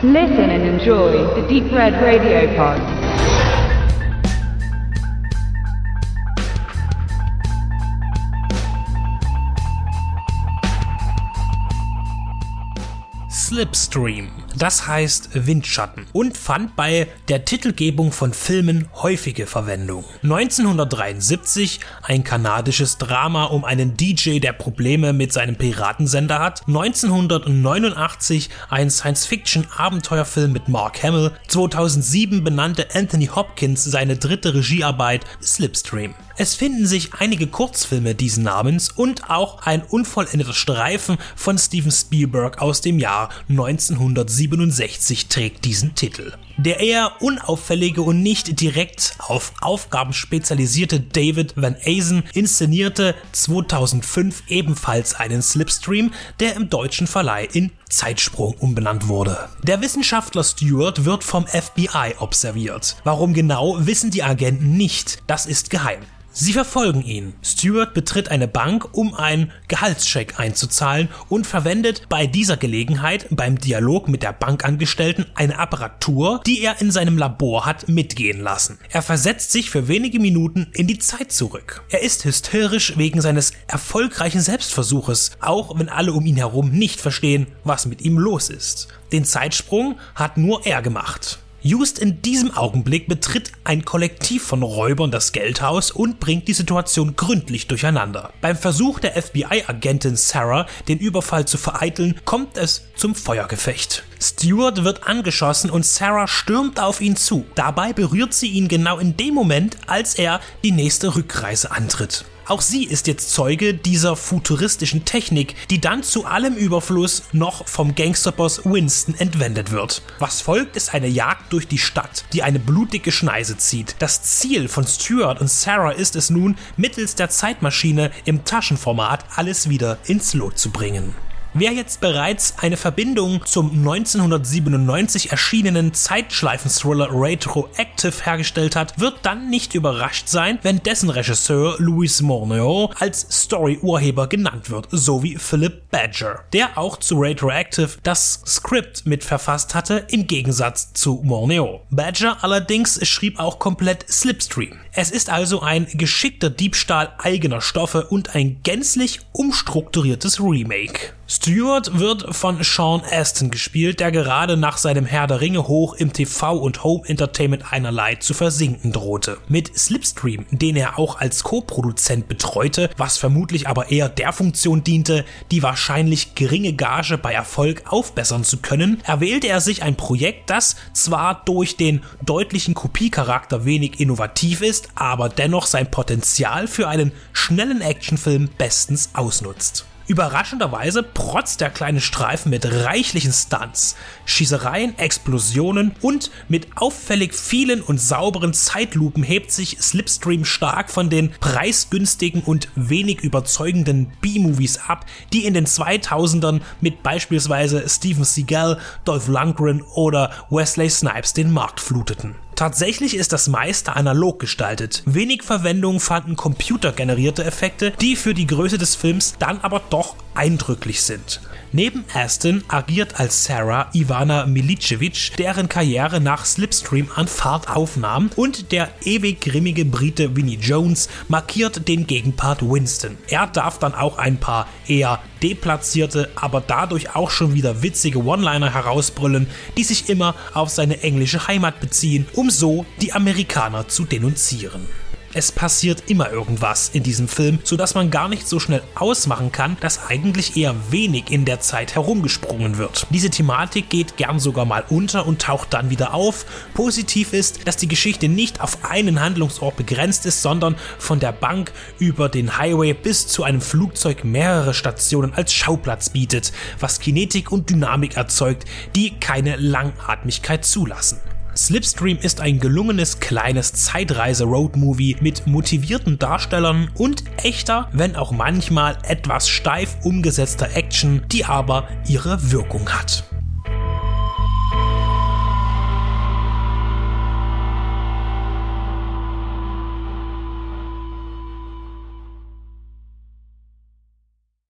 Listen and enjoy the Deep Red Radio Pod. Slipstream, das heißt Windschatten, und fand bei der Titelgebung von Filmen häufige Verwendung. 1973 ein kanadisches Drama um einen DJ, der Probleme mit seinem Piratensender hat. 1989 ein Science-Fiction-Abenteuerfilm mit Mark Hamill. 2007 benannte Anthony Hopkins seine dritte Regiearbeit Slipstream. Es finden sich einige Kurzfilme diesen Namens und auch ein unvollendeter Streifen von Steven Spielberg aus dem Jahr 1967 trägt diesen Titel. Der eher unauffällige und nicht direkt auf Aufgaben spezialisierte David Van Azen inszenierte 2005 ebenfalls einen Slipstream, der im deutschen Verleih in Zeitsprung umbenannt wurde. Der Wissenschaftler Stewart wird vom FBI observiert. Warum genau, wissen die Agenten nicht. Das ist geheim. Sie verfolgen ihn. Stewart betritt eine Bank, um einen Gehaltscheck einzuzahlen und verwendet bei dieser Gelegenheit beim Dialog mit der Bankangestellten eine Apparatur, die er in seinem Labor hat mitgehen lassen. Er versetzt sich für wenige Minuten in die Zeit zurück. Er ist hysterisch wegen seines erfolgreichen Selbstversuches, auch wenn alle um ihn herum nicht verstehen, was mit ihm los ist. Den Zeitsprung hat nur er gemacht. Just in diesem Augenblick betritt ein Kollektiv von Räubern das Geldhaus und bringt die Situation gründlich durcheinander. Beim Versuch der FBI-Agentin Sarah, den Überfall zu vereiteln, kommt es zum Feuergefecht. Stewart wird angeschossen und Sarah stürmt auf ihn zu. Dabei berührt sie ihn genau in dem Moment, als er die nächste Rückreise antritt. Auch sie ist jetzt Zeuge dieser futuristischen Technik, die dann zu allem Überfluss noch vom Gangsterboss Winston entwendet wird. Was folgt, ist eine Jagd durch die Stadt, die eine blutige Schneise zieht. Das Ziel von Stewart und Sarah ist es nun, mittels der Zeitmaschine im Taschenformat alles wieder ins Lot zu bringen. Wer jetzt bereits eine Verbindung zum 1997 erschienenen Zeitschleifen-Thriller Retroactive hergestellt hat, wird dann nicht überrascht sein, wenn dessen Regisseur Luis Morneau als Story-Urheber genannt wird, sowie Philip Badger, der auch zu Retroactive das Skript mitverfasst hatte, im Gegensatz zu Morneau. Badger allerdings schrieb auch komplett Slipstream. Es ist also ein geschickter Diebstahl eigener Stoffe und ein gänzlich umstrukturiertes Remake. Stewart wird von Sean Astin gespielt, der gerade nach seinem Herr der Ringe Hoch im TV und Home Entertainment einerlei zu versinken drohte. Mit Slipstream, den er auch als Co-Produzent betreute, was vermutlich aber eher der Funktion diente, die wahrscheinlich geringe Gage bei Erfolg aufbessern zu können, erwählte er sich ein Projekt, das zwar durch den deutlichen Kopiecharakter wenig innovativ ist, aber dennoch sein Potenzial für einen schnellen Actionfilm bestens ausnutzt. Überraschenderweise protzt der kleine Streifen mit reichlichen Stunts, Schießereien, Explosionen und mit auffällig vielen und sauberen Zeitlupen hebt sich Slipstream stark von den preisgünstigen und wenig überzeugenden B-Movies ab, die in den 2000ern mit beispielsweise Steven Seagal, Dolph Lundgren oder Wesley Snipes den Markt fluteten. Tatsächlich ist das meiste analog gestaltet. Wenig Verwendung fanden computergenerierte Effekte, die für die Größe des Films dann aber doch eindrücklich sind. Neben Astin agiert als Sarah Ivana Milicevic, deren Karriere nach Slipstream an Fahrt aufnahm, und der ewig grimmige Brite Vinnie Jones markiert den Gegenpart Winston. Er darf dann auch ein paar eher deplatzierte, aber dadurch auch schon wieder witzige One-Liner herausbrüllen, die sich immer auf seine englische Heimat beziehen, um so die Amerikaner zu denunzieren. Es passiert immer irgendwas in diesem Film, sodass man gar nicht so schnell ausmachen kann, dass eigentlich eher wenig in der Zeit herumgesprungen wird. Diese Thematik geht gern sogar mal unter und taucht dann wieder auf. Positiv ist, dass die Geschichte nicht auf einen Handlungsort begrenzt ist, sondern von der Bank über den Highway bis zu einem Flugzeug mehrere Stationen als Schauplatz bietet, was Kinetik und Dynamik erzeugt, die keine Langatmigkeit zulassen. Slipstream ist ein gelungenes kleines Zeitreise-Roadmovie mit motivierten Darstellern und echter, wenn auch manchmal etwas steif umgesetzter Action, die aber ihre Wirkung hat.